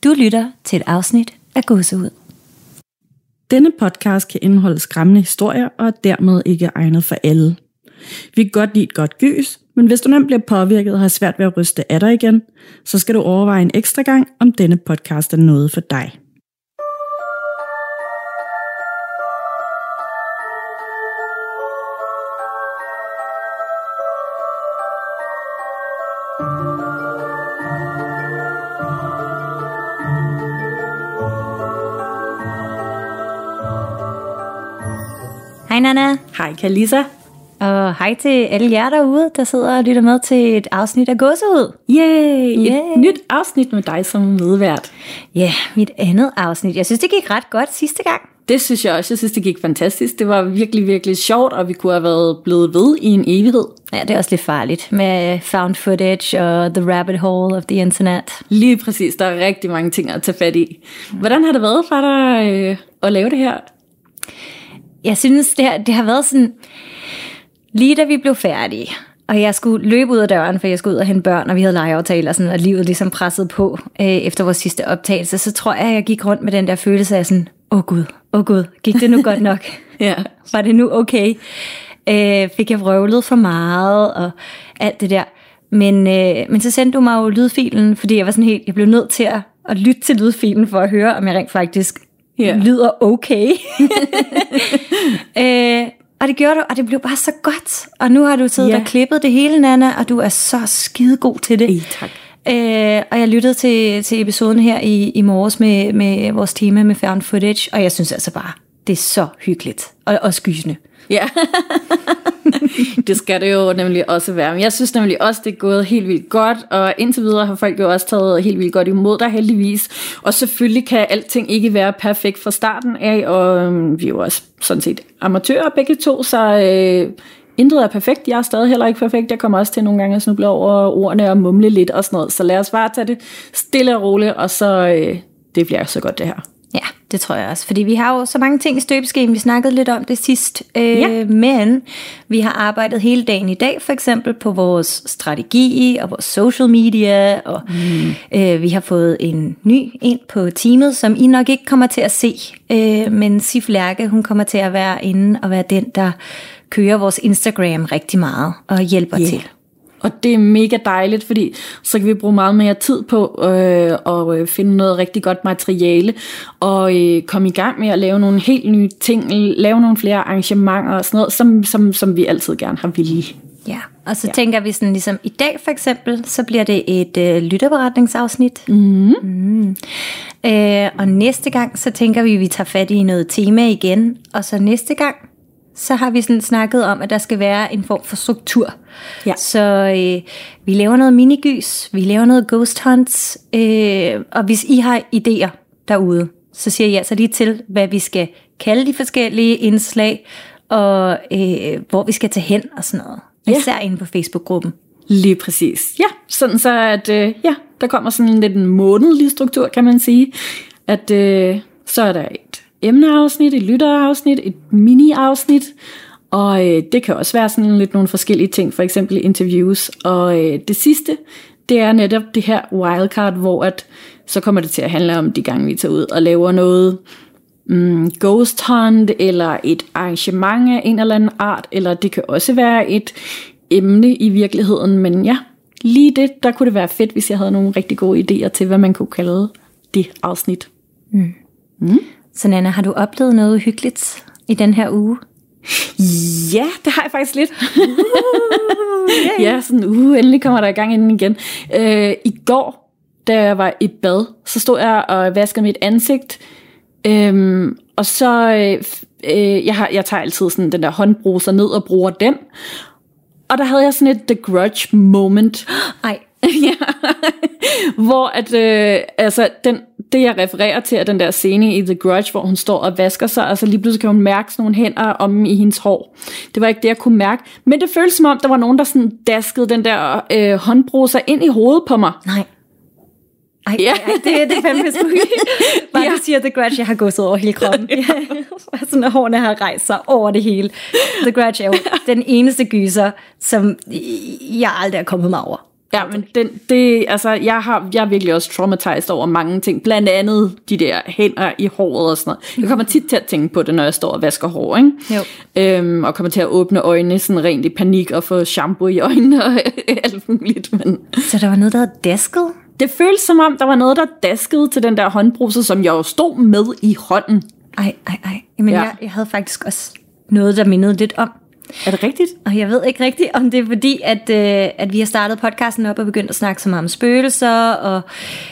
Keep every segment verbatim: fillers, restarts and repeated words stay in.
Du lytter til et afsnit af Gåsehud. Denne podcast kan indeholde skræmmende historier og er dermed ikke egnet for alle. Vi kan godt lide et godt gys, men hvis du nemt bliver påvirket og har svært ved at ryste af dig igen, så skal du overveje en ekstra gang, om denne podcast er noget for dig. Hej Nana. Hej Kalisa. Og hej til alle jer derude, der sidder og lytter med til et afsnit af Gåsehud. Yay! Yay. Et nyt afsnit med dig som medvært. Ja, yeah, mit andet afsnit. Jeg synes, det gik ret godt sidste gang. Det synes jeg også. Jeg synes, det gik fantastisk. Det var virkelig, virkelig sjovt, og vi kunne have været blevet ved i en evighed. Ja, det er også lidt farligt med found footage og the rabbit hole of the internet. Lige præcis. Der er rigtig mange ting at tage fat i. Hvordan har det været for dig øh, at lave det her? Jeg synes, det har, det har været sådan... Lige da vi blev færdige, og jeg skulle løbe ud af døren, for jeg skulle ud og hente børn, og vi havde legeaftaler, sådan, og livet ligesom presset på øh, efter vores sidste optagelse, så tror jeg, at jeg gik rundt med den der følelse af sådan, åh oh gud, åh oh gud, gik det nu godt nok? Ja. Var det nu okay? Øh, fik jeg vrøvlet for meget, og alt det der. Men, øh, men så sendte du mig jo lydfilen, fordi jeg var sådan helt, jeg blev nødt til at, at lytte til lydfilen, for at høre, om jeg rent faktisk yeah. lyder okay. øh, Og det gjorde du, og det blev bare så godt. Og nu har du siddet yeah. og klippet det hele, Nana, og du er så skidegod til det. Ej, tak. Øh, og jeg lyttede til, til episoden her i, i morges med, med vores tema med found footage, og jeg synes altså bare, det er så hyggeligt og, og skysende. Ja, det skal det jo nemlig også være. Men jeg synes nemlig også, det er gået helt vildt godt, og indtil videre har folk jo også taget helt vildt godt imod dig heldigvis. Og selvfølgelig kan alting ikke være perfekt fra starten af, og øhm, vi er jo også sådan set amatører begge to, så øh, intet er perfekt. Jeg er stadig heller ikke perfekt. Jeg kommer også til nogle gange at snuble over ordene og mumle lidt og sådan noget. Så lad os bare tage det stille og roligt, og så øh, det bliver så godt det her. Ja, det tror jeg også. Fordi vi har jo så mange ting i støbeskeen. Vi snakkede lidt om det sidst. Øh, ja. Men vi har arbejdet hele dagen i dag, for eksempel på vores strategi og vores social media. Og mm. øh, vi har fået en ny ind på teamet, som I nok ikke kommer til at se. Øh, men Sif Lærke, hun kommer til at være inde og være den, der kører vores Instagram rigtig meget og hjælper yeah. til. Og det er mega dejligt, fordi så kan vi bruge meget mere tid på øh, at øh, finde noget rigtig godt materiale, og øh, komme i gang med at lave nogle helt nye ting, lave nogle flere arrangementer og sådan noget, som, som, som vi altid gerne har vildt. Ja, og så ja. tænker vi sådan ligesom i dag for eksempel, så bliver det et øh, lytterberetningsafsnit. Mm. Mm. Øh, og næste gang, så tænker vi, at vi tager fat i noget tema igen, og så næste gang, så har vi sådan snakket om, at der skal være en form for struktur. Ja. Så øh, vi laver noget minigys, vi laver noget ghost hunts, øh, og hvis I har idéer derude, så siger jeg altså lige til, hvad vi skal kalde de forskellige indslag, og øh, hvor vi skal tage hen og sådan noget. Ja. Især inde på Facebook-gruppen. Lige præcis. Ja, sådan så at øh, ja, der kommer sådan en lidt en månedlig struktur, kan man sige. At øh, så er der et emneafsnit, et lytterafsnit, et mini-afsnit, og øh, det kan også være sådan lidt nogle forskellige ting, for eksempel interviews, og øh, det sidste, det er netop det her wildcard, hvor at, så kommer det til at handle om de gange, vi tager ud og laver noget mm, ghost hunt, eller et arrangement af en eller anden art, eller det kan også være et emne i virkeligheden, men ja, lige det, der kunne det være fedt, hvis jeg havde nogle rigtig gode idéer til, hvad man kunne kalde det afsnit. Mm. Mm. Så Nana, har du oplevet noget hyggeligt i den her uge? Ja, det har jeg faktisk lidt. Uh, yeah. Ja, sådan uh, endelig kommer der i gang inden igen. Øh, I går, da jeg var i bad, så stod jeg og vaskede mit ansigt. Øhm, og så, øh, jeg, har, jeg tager altid sådan den der håndbruser ned og bruger den. Og der havde jeg sådan et The Grudge moment. Ej. Ja, hvor at, øh, altså, den, det jeg refererer til er den der scene i The Grudge, hvor hun står og vasker sig, og så lige pludselig kan hun mærke sådan nogle hænder om i hendes hår. Det var ikke det, jeg kunne mærke. Men det føltes som om, der var nogen, der sådan daskede den der øh, håndbruser ind i hovedet på mig. Nej. Ej, ja. ej, det, det er fandme spooky. Bare ja. Du siger The Grudge, jeg har gået over hele kroppen. Ja. Sådan at hårene har rejst sig over det hele. The Grudge er jo den eneste gyser, som jeg aldrig er kommet mig over. Ja, men den, det, altså, jeg, har, jeg er virkelig også traumatized over mange ting. Blandt andet de der hænder i håret og sådan noget. Jeg kommer tit til at tænke på det, når jeg står og vasker hår, ikke? Jo. Øhm, og kommer til at åbne øjnene sådan rent i panik og få shampoo i øjnene og alt muligt. Men Så der var noget, der havde dasket? det føles som om, der var noget, der daskede til den der håndbruse, som jeg jo stod med i hånden. Ej, ej, ej. Jamen, Ja. jeg, jeg havde faktisk også noget, der mindede lidt om. Er det rigtigt? Og jeg ved ikke rigtigt, om det er fordi, at, øh, at vi har startet podcasten op og begyndt at snakke så meget om spøgelser, og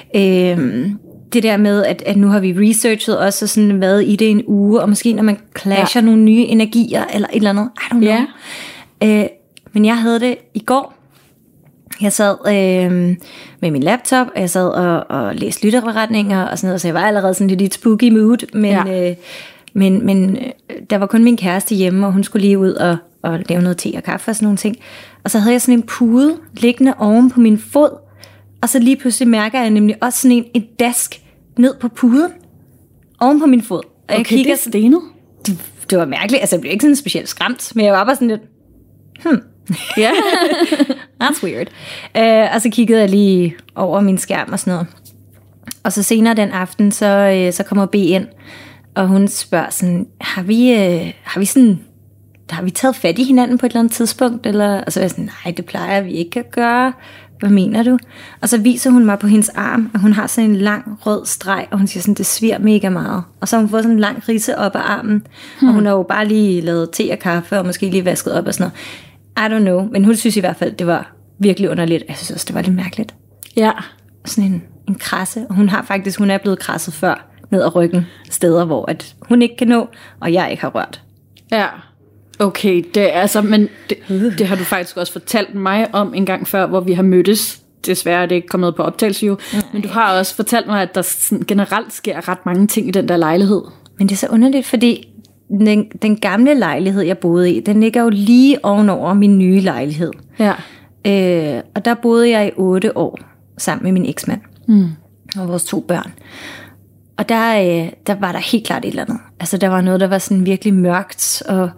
øh, det der med, at, at nu har vi researchet også og sådan været i det en uge, og måske når man clasher ja. nogle nye energier, eller et eller andet, I don't know. Ja. Øh, men jeg havde det i går. Jeg sad øh, med min laptop, og jeg sad og, og læste lytterberetninger og sådan noget, så jeg var allerede sådan lidt i et spooky mood, men... Ja. Øh, Men, men der var kun min kæreste hjemme, og hun skulle lige ud og, og lave noget te og kaffe og sådan nogle ting. Og så havde jeg sådan en pude liggende oven på min fod, og så lige pludselig mærker jeg nemlig også sådan en, en dask ned på puden, oven på min fod. Og jeg Okay, kigger, det er stenet. det, det var mærkeligt, altså jeg blev ikke sådan specielt skræmt, men jeg var bare sådan lidt, hmm, Ja. that's weird. Uh, og så kiggede jeg lige over min skærm og sådan noget. Og så senere den aften, så, uh, så kommer B ind, og hun spørger sådan, har vi, øh, har vi sådan, har vi taget fat i hinanden på et eller andet tidspunkt? Eller, og så er jeg sådan, nej, det plejer vi ikke at gøre. Hvad mener du? Og så viser hun mig på hendes arm, og hun har sådan en lang rød streg, og hun siger sådan, det svir mega meget. Og så har hun fået sådan en lang ridse op ad armen, hmm. og hun har jo bare lige lavet te og kaffe, og måske lige vasket op og sådan noget. I don't know, men hun synes i hvert fald, det var virkelig underligt. Jeg synes også, det var lidt mærkeligt. Ja. Sådan en, en krasse, og hun har faktisk, hun er blevet krasset før, ned ad ryggen, steder, hvor at hun ikke kan nå, og jeg ikke har rørt. Ja. Okay, det er altså, men det, det har du faktisk også fortalt mig om en gang før, hvor vi har mødtes. Desværre er det ikke kommet på optagelse jo, men du har også fortalt mig, at der sådan generelt sker ret mange ting i den der lejlighed. Men det er så underligt, fordi den, den gamle lejlighed, jeg boede i, den ligger jo lige ovenover min nye lejlighed. Ja. Øh, og der boede jeg i otte år, sammen med min eksmand mm. og vores to børn. Og der, øh, der var der helt klart et eller andet. Altså der var noget, der var sådan virkelig mørkt, og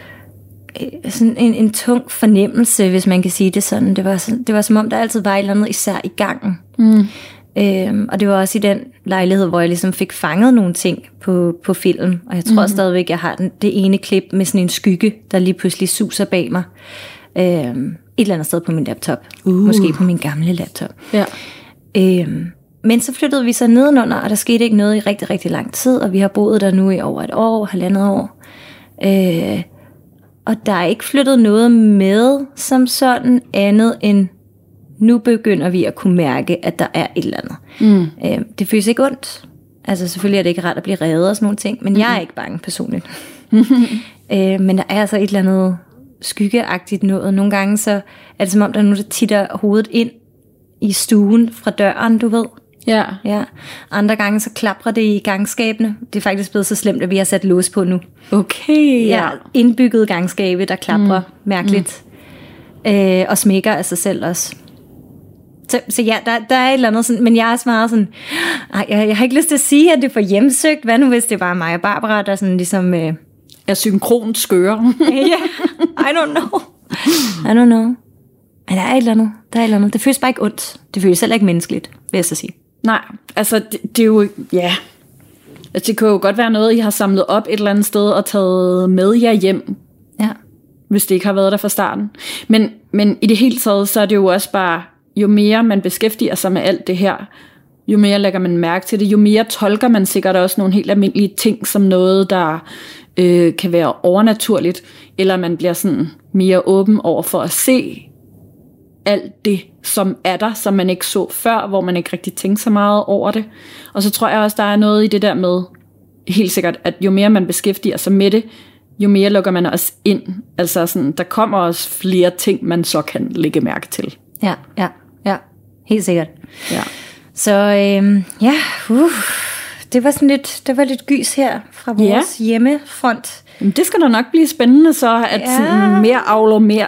øh, sådan en, en tung fornemmelse, hvis man kan sige det sådan. Det var, sådan, det var som om, der altid var et eller andet, især i gangen. Mm. Øhm, og det var også i den lejlighed, hvor jeg ligesom fik fanget nogle ting på, på film. Og jeg tror mm. stadigvæk, jeg har den, det ene klip med sådan en skygge, der lige pludselig suser bag mig. Øhm, et eller andet sted på min laptop. Uh. Måske på min gamle laptop. Ja. Øhm, Men så flyttede vi så nedenunder, og der skete ikke noget i rigtig, rigtig lang tid, og vi har boet der nu i over et år, halvandet år. Øh, og der er ikke flyttet noget med som sådan andet end, nu begynder vi at kunne mærke, at der er et eller andet. Mm. Øh, det føles ikke ondt. Altså selvfølgelig er det ikke rart at blive revet og sådan nogle ting, men mm-hmm. jeg er ikke bange personligt. øh, men der er altså et eller andet skyggeagtigt noget. Nogle gange så er det som om, der er nogen, der titter hovedet ind i stuen fra døren, du ved. Ja. Ja. Andre gange så klaprer det i gangskabene. Det er faktisk blevet så slemt, at vi har sat lås på nu. Okay, ja. Ja, indbygget gangskabe, der klaprer mm. mærkeligt. Mm. Øh, og smækker af sig selv også. Så, så ja, der, der er et eller andet sådan, men jeg er så meget sådan, ej, jeg, jeg har ikke lyst til at sige, at det er for hjemsøgt. Hvad nu, hvis det er bare mig og Barbara, der sådan ligesom... Øh, er synkront skøre. Ja, I don't know. I don't know. Men der er et eller andet. Der er et eller andet. Det føles bare ikke ondt. Det føles heller ikke menneskeligt, vil jeg så sige. Nej, altså det, det er jo... Ja. Altså, det kan jo godt være noget, I har samlet op et eller andet sted og taget med jer hjem. Ja. Hvis det ikke har været der fra starten. Men, men i det hele taget, så er det jo også bare... Jo mere man beskæftiger sig med alt det her, jo mere lægger man mærke til det, jo mere tolker man sikkert også nogle helt almindelige ting som noget, der øh, kan være overnaturligt, eller man bliver sådan mere åben over for at se alt det, som er der, som man ikke så før, hvor man ikke rigtig tænkte så meget over det. Og så tror jeg også, der er noget i det der med, helt sikkert, at jo mere man beskæftiger sig med det, jo mere lukker man også ind. Altså sådan, der kommer også flere ting, man så kan lægge mærke til. Ja, ja, ja. Helt sikkert. Ja. Så øhm, ja, uh, det var sådan lidt, det var lidt gys her fra vores ja. hjemmefront. Jamen, det skal da nok blive spændende så, at ja. sådan mere avler mere.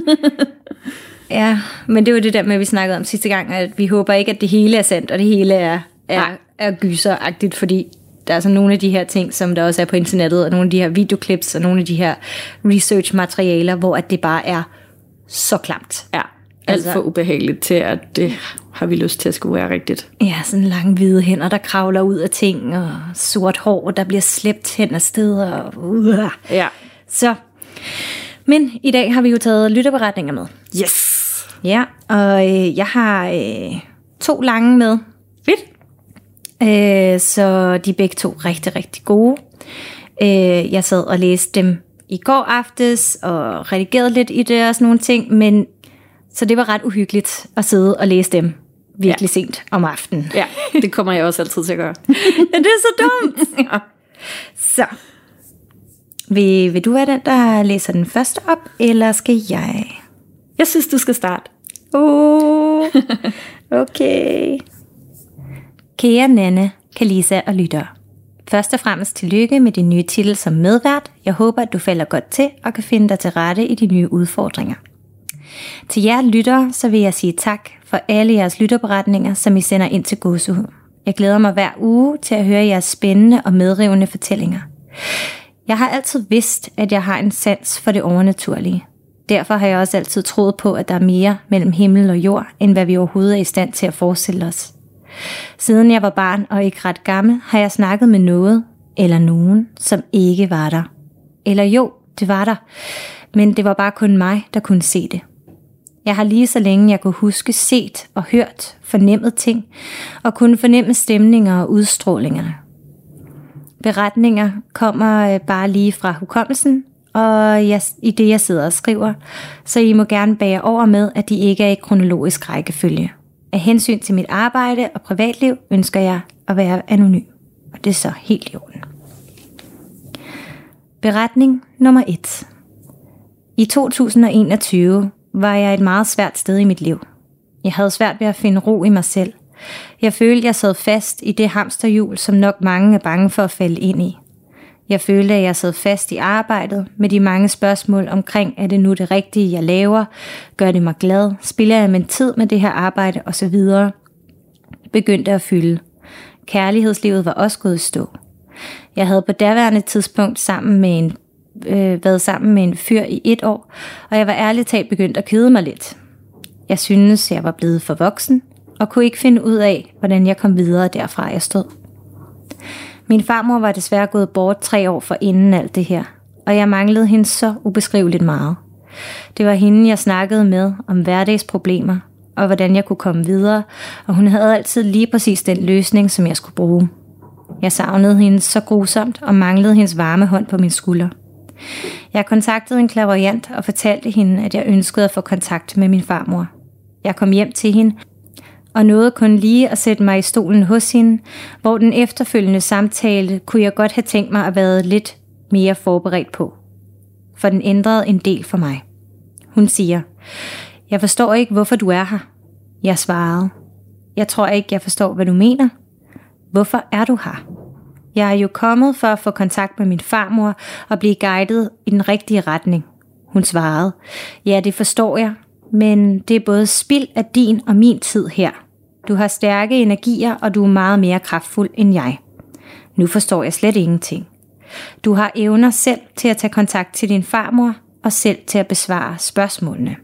Ja, men det var det der med, at vi snakkede om sidste gang, at vi håber ikke, at det hele er sandt, og det hele er, er, er gyseragtigt, fordi der er sådan nogle af de her ting, som der også er på internettet, og nogle af de her videoklips, og nogle af de her research-materialer, hvor at det bare er så klamt. Ja. alt for ubehageligt til, at det har vi lyst til at skulle være rigtigt. Ja, sådan lange hvide hænder, der kravler ud af ting, og sort hår, der bliver slæbt hen af steder. Og, uh. Ja. Så, men i dag har vi jo taget lytterberetninger med. Yes! Ja, og øh, jeg har øh, to lange med. Fedt! Øh, så de er begge to rigtig, rigtig gode. Øh, jeg sad og læste dem i går aftes, og redigerede lidt i det og sådan nogle ting, men så det var ret uhyggeligt at sidde og læse dem virkelig ja. sent om aftenen. Ja, det kommer jeg også altid til at gøre. Ja, det er så dumt! Ja. Så, vil, vil du være den, der læser den første op, eller skal jeg? Jeg synes, du skal starte. Oh, okay. Kære Nanne, Kalisa og lyttere. Først og fremmest tillykke med din nye titel som medvært. Jeg håber, at du falder godt til og kan finde dig til rette i de nye udfordringer. Til jer lyttere, så vil jeg sige tak for alle jeres lytterberetninger, som I sender ind til Gåsehud. Jeg glæder mig hver uge til at høre jeres spændende og medrivende fortællinger. Jeg har altid vidst, at jeg har en sans for det overnaturlige. Derfor har jeg også altid troet på, at der er mere mellem himmel og jord, end hvad vi overhovedet er i stand til at forestille os. Siden jeg var barn og ikke ret gammel, har jeg snakket med noget eller nogen, som ikke var der. Eller jo, det var der, men det var bare kun mig, der kunne se det. Jeg har lige så længe jeg kunne huske set og hørt, fornemmet ting, og kunne fornemme stemninger og udstrålingerne. Beretninger kommer bare lige fra hukommelsen, og jeg, i det jeg sidder og skriver, så I må gerne bære over med, at de ikke er i kronologisk rækkefølge. Af hensyn til mit arbejde og privatliv ønsker jeg at være anonym, og det er så helt i orden. Beretning nummer et. I to tusind og enogtyve var jeg et meget svært sted i mit liv. Jeg havde svært ved at finde ro i mig selv. Jeg følte, jeg sad fast i det hamsterhjul, som nok mange er bange for at falde ind i. Jeg følte, at jeg sad fast i arbejdet med de mange spørgsmål omkring, er det nu det rigtige, jeg laver? Gør det mig glad? Spiller jeg min tid med det her arbejde? Og så videre. Begyndte at fylde. Kærlighedslivet var også gået i stå. Jeg havde på daværende tidspunkt sammen med en, øh, været sammen med en fyr i et år, og jeg var ærligt talt begyndt at kede mig lidt. Jeg syntes, jeg var blevet for voksen, og kunne ikke finde ud af, hvordan jeg kom videre derfra, jeg stod. Min farmor var desværre gået bort tre år for inden alt det her, og jeg manglede hende så ubeskriveligt meget. Det var hende, jeg snakkede med om hverdagsproblemer, og hvordan jeg kunne komme videre, og hun havde altid lige præcis den løsning, som jeg skulle bruge. Jeg savnede hende så grusomt, og manglede hendes varme hånd på min skulder. Jeg kontaktede en clairvoyant og fortalte hende, at jeg ønskede at få kontakt med min farmor. Jeg kom hjem til hende, og nåede kun lige at sætte mig i stolen hos hende, hvor den efterfølgende samtale kunne jeg godt have tænkt mig at være lidt mere forberedt på. For den ændrede en del for mig. Hun siger, jeg forstår ikke, hvorfor du er her. Jeg svarede, jeg tror ikke, jeg forstår, hvad du mener. Hvorfor er du her? Jeg er jo kommet for at få kontakt med min farmor og blive guidet i den rigtige retning. Hun svarede, ja, det forstår jeg, men det er både spild af din og min tid her. Du har stærke energier, og du er meget mere kraftfuld end jeg. Nu forstår jeg slet ingenting. Du har evner selv til at tage kontakt til din farmor, og selv til at besvare spørgsmålene.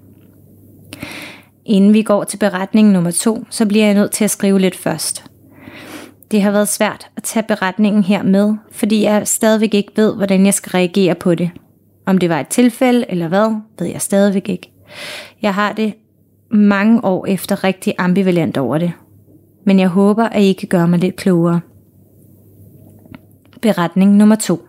Inden vi går til beretning nummer to, så bliver jeg nødt til at skrive lidt først. Det har været svært at tage beretningen her med, fordi jeg stadigvæk ikke ved, hvordan jeg skal reagere på det. Om det var et tilfælde eller hvad, ved jeg stadigvæk ikke. Jeg har det mange år efter rigtig ambivalent over det. Men jeg håber, at I kan gøre mig lidt klogere. Beretning nummer to.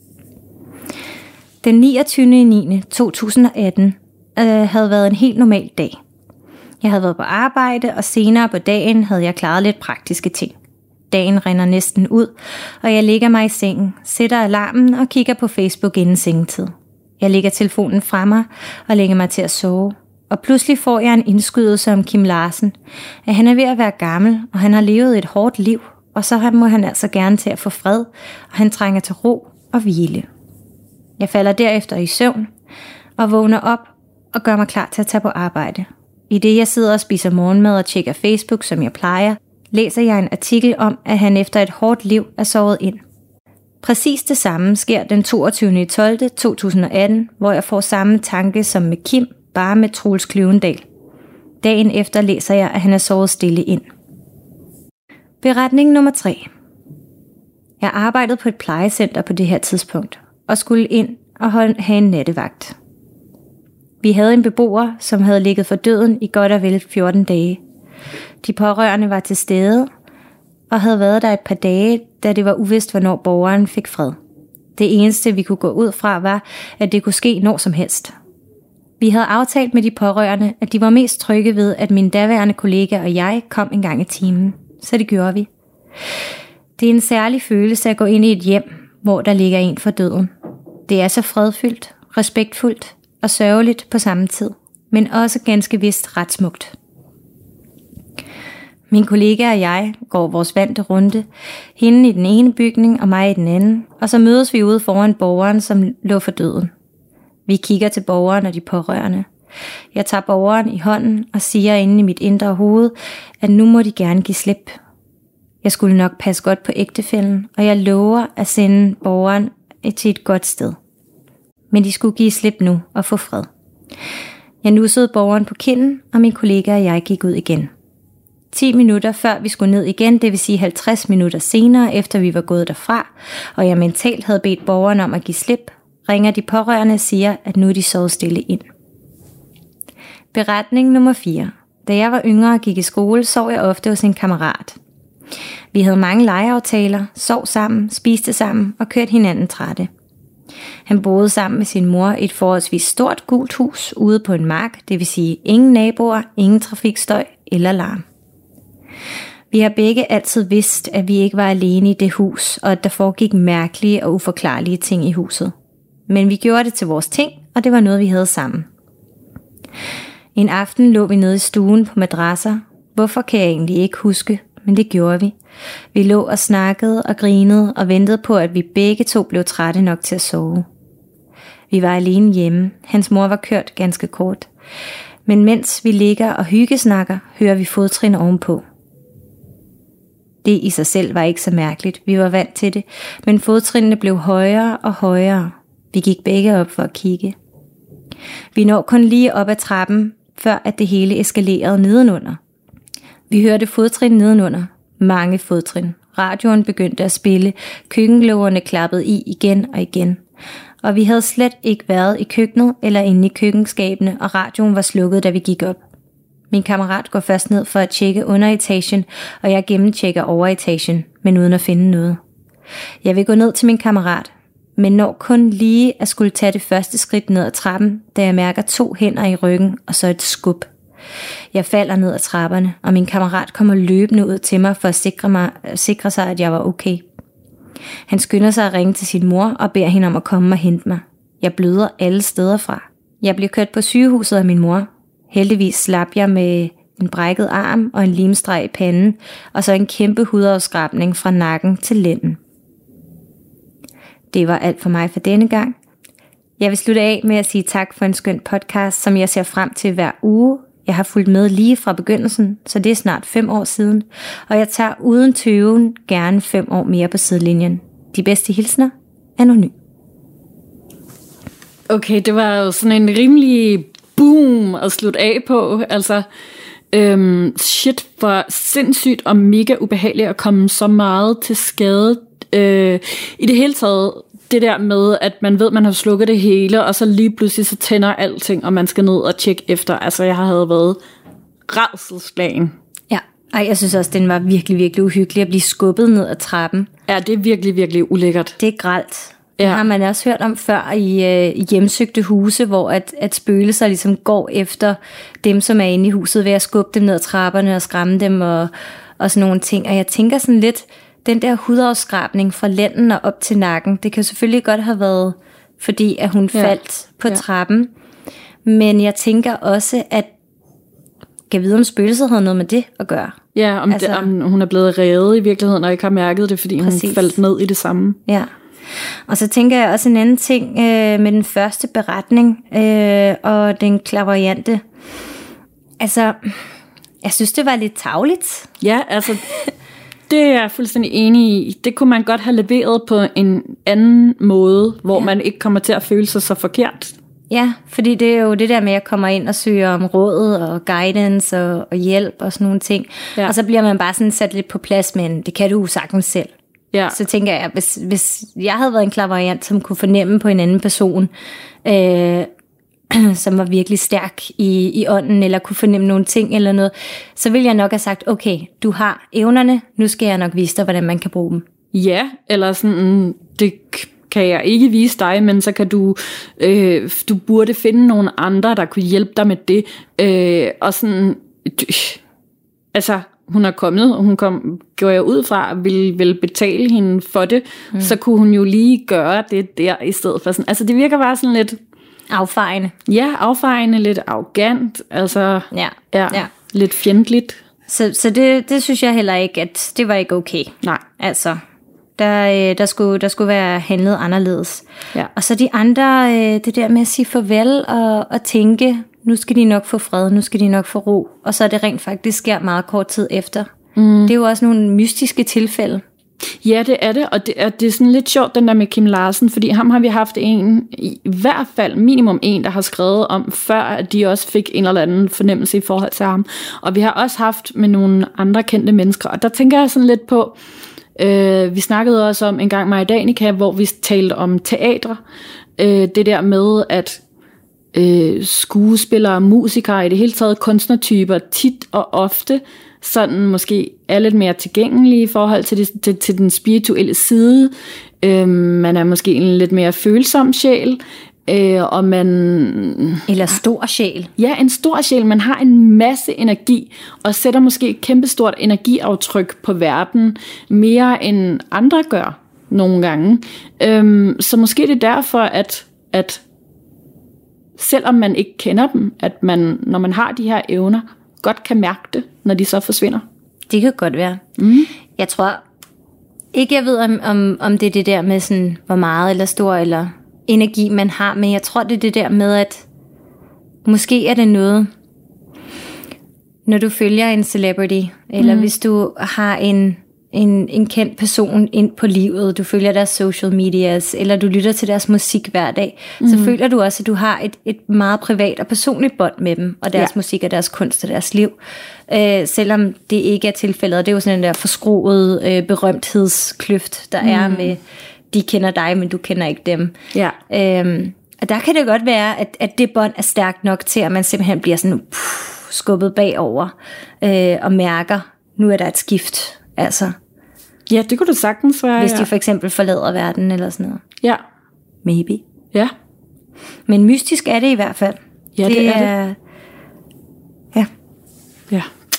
Den niogtyvende september to tusind og atten øh, havde været en helt normal dag. Jeg havde været på arbejde, og senere på dagen havde jeg klaret lidt praktiske ting. Dagen rinder næsten ud, og jeg ligger mig i sengen, sætter alarmen og kigger på Facebook inden sengetid. Jeg lægger telefonen fra mig og lægger mig til at sove. Og pludselig får jeg en indskydelse om Kim Larsen, at han er ved at være gammel, og han har levet et hårdt liv, og så må han altså gerne til at få fred, og han trænger til ro og hvile. Jeg falder derefter i søvn, og vågner op og gør mig klar til at tage på arbejde. I det jeg sidder og spiser morgenmad og tjekker Facebook, som jeg plejer, læser jeg en artikel om, at han efter et hårdt liv er sovet ind. Præcis det samme sker den toogtyvende tolvte to tusind og atten, hvor jeg får samme tanke som med Kim, bare med Troels Kløvendal. Dagen efter læser jeg, at han er sovet stille ind. Beretning nummer tre. Jeg arbejdede på et plejecenter på det her tidspunkt, og skulle ind og holde, have en nattevagt. Vi havde en beboer, som havde ligget for døden i godt og vel fjorten dage. De pårørende var til stede, og havde været der et par dage, da det var uvist, hvornår borgeren fik fred. Det eneste, vi kunne gå ud fra, var, at det kunne ske når som helst. Vi havde aftalt med de pårørende, at de var mest trygge ved, at min daværende kollega og jeg kom en gang i timen. Så det gjorde vi. Det er en særlig følelse at gå ind i et hjem, hvor der ligger en for døden. Det er så fredfyldt, respektfuldt og sørgeligt på samme tid, men også ganske vist ret smukt. Min kollega og jeg går vores vante runde, hende i den ene bygning og mig i den anden, og så mødes vi ude foran borgeren, som lå for døden. Vi kigger til borgeren og de pårørende. Jeg tager borgeren i hånden og siger inde i mit indre hoved, at nu må de gerne give slip. Jeg skulle nok passe godt på ægtefællen, og jeg lover at sende borgeren til et godt sted. Men de skulle give slip nu og få fred. Jeg nussede borgeren på kinden, og min kollega og jeg gik ud igen. ti minutter før vi skulle ned igen, det vil sige halvtreds minutter senere, efter vi var gået derfra, og jeg mentalt havde bedt borgeren om at give slip, ringer de pårørende og siger, at nu er de sovet stille ind. Beretning nummer fire. Da jeg var yngre og gik i skole, sov jeg ofte hos en kammerat. Vi havde mange legeaftaler, sov sammen, spiste sammen og kørte hinanden trætte. Han boede sammen med sin mor i et forholdsvis stort gult hus ude på en mark, det vil sige ingen naboer, ingen trafikstøj eller larm. Vi har begge altid vidst, at vi ikke var alene i det hus, og at der foregik mærkelige og uforklarlige ting i huset. Men vi gjorde det til vores ting, og det var noget, vi havde sammen. En aften lå vi nede i stuen på madrasser. Hvorfor kan jeg egentlig ikke huske, men det gjorde vi. Vi lå og snakkede og grinede og ventede på, at vi begge to blev trætte nok til at sove. Vi var alene hjemme. Hans mor var kørt ganske kort. Men mens vi ligger og hyggesnakker, hører vi fodtrin ovenpå. Det i sig selv var ikke så mærkeligt. Vi var vant til det, men fodtrinene blev højere og højere. Vi gik begge op for at kigge. Vi når kun lige op ad trappen, før at det hele eskalerede nedenunder. Vi hørte fodtrin nedenunder. Mange fodtrin. Radioen begyndte at spille. Køkkenlågerne klappede i igen og igen. Og vi havde slet ikke været i køkkenet eller inde i køkkenskabene, og radioen var slukket, da vi gik op. Min kammerat går først ned for at tjekke underetagen, og jeg gennemtjekker overetagen, men uden at finde noget. Jeg vil gå ned til min kammerat, men når kun lige at skulle tage det første skridt ned ad trappen, da jeg mærker to hænder i ryggen og så et skub. Jeg falder ned ad trapperne, og min kammerat kommer løbende ud til mig for at sikre, mig, sikre sig, at jeg var okay. Han skynder sig at ringe til sin mor og beder hende om at komme og hente mig. Jeg bløder alle steder fra. Jeg bliver kørt på sygehuset af min mor. Heldigvis slap jeg med en brækket arm og en limstreg i panden, og så en kæmpe hudafskrabning fra nakken til lænden. Det var alt for mig for denne gang. Jeg vil slutte af med at sige tak for en skøn podcast, som jeg ser frem til hver uge. Jeg har fulgt med lige fra begyndelsen, så det er snart fem år siden, og jeg tager uden tøven gerne fem år mere på sidelinjen. De bedste hilsner, Anonym. Okay, det var jo sådan en rimelig boom at slutte af på. Altså, øhm, shit, hvor sindssygt og mega ubehageligt at komme så meget til skade. Øh, I det hele taget, det der med, at man ved, man har slukket det hele, og så lige pludselig så tænder alting, og man skal ned og tjekke efter. Altså, jeg havde været rædselsslagen. Ja, ej, jeg synes også, den var virkelig, virkelig uhyggelig at blive skubbet ned ad trappen. Ja, det er virkelig, virkelig ulækkert. Det er grelt. Det ja. har man også hørt om før i, øh, i hjemsøgte huse, hvor at, at spøgelser ligesom går efter dem, som er inde i huset, ved at skubbe dem ned ad trapperne og skræmme dem og, og sådan nogle ting. Og jeg tænker sådan lidt, den der hudafskrabning fra lænden og op til nakken, det kan selvfølgelig godt have været, fordi at hun ja. faldt på ja. trappen. Men jeg tænker også, at kan vide, om spøgelset havde noget med det at gøre. Ja, om, altså, det, om hun er blevet revet i virkeligheden, og ikke har mærket det, fordi præcis. hun faldt ned i det samme. Ja. Og så tænker jeg også en anden ting øh, med den første beretning øh, og den clairvoyante. Altså, jeg synes, det var lidt tarveligt. Ja, altså, det er jeg fuldstændig enig i. Det kunne man godt have leveret på en anden måde, hvor ja. man ikke kommer til at føle sig så forkert. Ja, fordi det er jo det der med, at jeg kommer ind og søger om råd og guidance og, og hjælp og sådan nogle ting. Ja. Og så bliver man bare sådan sat lidt på plads, men det kan du jo sagtens selv. Ja. Så tænker jeg, hvis, hvis jeg havde været en clairvoyant, som kunne fornemme på en anden person, øh, som var virkelig stærk i, i ånden, eller kunne fornemme nogle ting eller noget, så ville jeg nok have sagt, okay, du har evnerne, nu skal jeg nok vise dig, hvordan man kan bruge dem. Ja, eller sådan, det kan jeg ikke vise dig, men så kan du, øh, du burde finde nogle andre, der kunne hjælpe dig med det. Øh, og sådan, altså, hun er kommet, og hun kom, går jeg ud fra, at ville, ville betale hende for det, mm. så kunne hun jo lige gøre det der i stedet for sådan. Altså, det virker bare sådan lidt affejende. Ja, affejende, lidt arrogant, altså ja. Ja, ja. lidt fjendtligt. Så, så det, det synes jeg heller ikke, at det var ikke okay. Nej. Altså, der, der, skulle, der skulle være handlet anderledes. Ja. Og så de andre, det der med at sige farvel og, og tænke, nu skal de nok få fred, nu skal de nok få ro. Og så er det rent faktisk sker meget kort tid efter. Mm. Det er jo også nogle mystiske tilfælde. Ja, det er det, og det er, det er sådan lidt sjovt, den der med Kim Larsen, fordi ham har vi haft en, i hvert fald minimum en, der har skrevet om, før at de også fik en eller anden fornemmelse i forhold til ham. Og vi har også haft med nogle andre kendte mennesker, og der tænker jeg sådan lidt på, øh, vi snakkede også om en gang med Danica, hvor vi talte om teatre, øh, det der med, at øh, skuespillere, musikere, i det hele taget kunstnertyper, tit og ofte, sådan måske er lidt mere tilgængelige i forhold til, det, til, til den spirituelle side. Øhm, man er måske en lidt mere følsom sjæl, øh, og man... Eller stor sjæl. Ja, en stor sjæl. Man har en masse energi, og sætter måske et kæmpestort energiaftryk på verden, mere end andre gør nogle gange. Øhm, så måske det er derfor, at, at selvom man ikke kender dem, at man, når man har de her evner, godt kan mærke det, når de så forsvinder. Det kan godt være. Mm. Jeg tror ikke, jeg ved, om, om, om det er det der med, sådan, hvor meget eller stor eller energi man har, men jeg tror, det er det der med, at måske er det noget, når du følger en celebrity, eller mm. hvis du har en, en, en kendt person ind på livet, du følger deres social medias, eller du lytter til deres musik hver dag, mm. så føler du også, at du har et, et meget privat og personligt bånd med dem, og deres ja. musik og deres kunst og deres liv. Øh, selvom det ikke er tilfældet, og det er jo sådan en der forskroet øh, berømthedskløft, der mm. er med, de kender dig, men du kender ikke dem. Ja. Øhm, og der kan det godt være, at, at det bånd er stærkt nok til, at man simpelthen bliver sådan puh, skubbet bagover, øh, og mærker, nu er der et skift, altså. Ja, det kunne du sagtens være. Hvis de ja. for eksempel forlader verden eller sådan noget. Ja. Maybe. Ja. Men mystisk er det i hvert fald. Ja, det, det er, er det. Ja. Ja.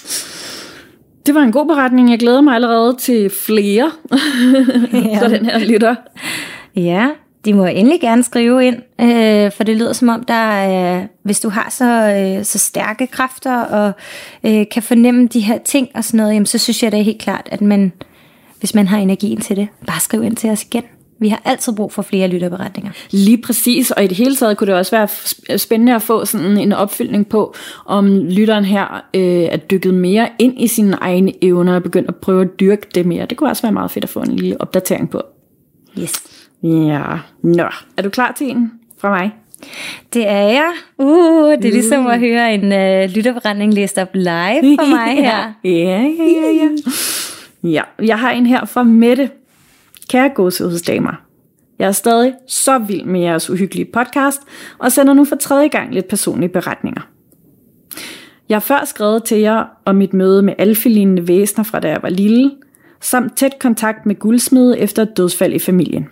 Det var en god beretning. Jeg glæder mig allerede til flere ja. fra den her lytter. Ja, de må endelig gerne skrive ind, øh, for det lyder som om, der, øh, hvis du har så, øh, så stærke kræfter og øh, kan fornemme de her ting og sådan noget, jamen, så synes jeg da helt klart, at man, hvis man har energien til det, bare skriv ind til os igen. Vi har altid brug for flere lytterberetninger. Lige præcis, og i det hele taget kunne det også være spændende at få sådan en opfølgning på, om lytteren her øh, er dykket mere ind i sine egne evner og begyndt at prøve at dyrke det mere. Det kunne også være meget fedt at få en lille opdatering på. Yes. Ja, nå. Er du klar til en fra mig? Det er jeg. Uh, det er ligesom at høre en uh, lytterberetning læst op live for mig her. ja, ja, ja, ja. Ja, jeg har en her fra Mette. Kære gåsehudsdamer, jeg er stadig så vild med jeres uhyggelige podcast, og sender nu for tredje gang lidt personlige beretninger. Jeg har før skrevet til jer om mit møde med alfelignende væsener fra da jeg var lille, samt tæt kontakt med guldsmede efter et dødsfald i familien.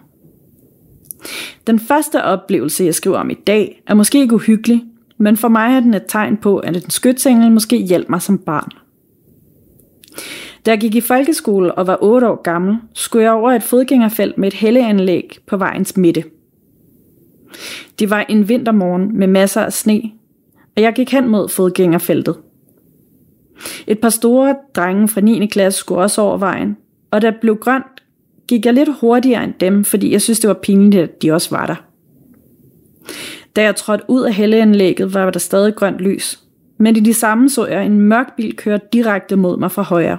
Den første oplevelse, jeg skriver om i dag, er måske ikke uhyggelig, men for mig er den et tegn på, at en skytsengel måske hjalp mig som barn. Da jeg gik i folkeskole og var otte år gammel, skulle jeg over et fodgængerfelt med et helleanlæg på vejens midte. Det var en vintermorgen med masser af sne, og jeg gik hen mod fodgængerfeltet. Et par store drenge fra niende klasse skulle også over vejen, og da det blev grønt, gik jeg lidt hurtigere end dem, fordi jeg synes, det var pinligt, at de også var der. Da jeg trådte ud af helleanlægget, var der stadig grønt lys, men i de samme så jeg en mørk bil køre direkte mod mig fra højre.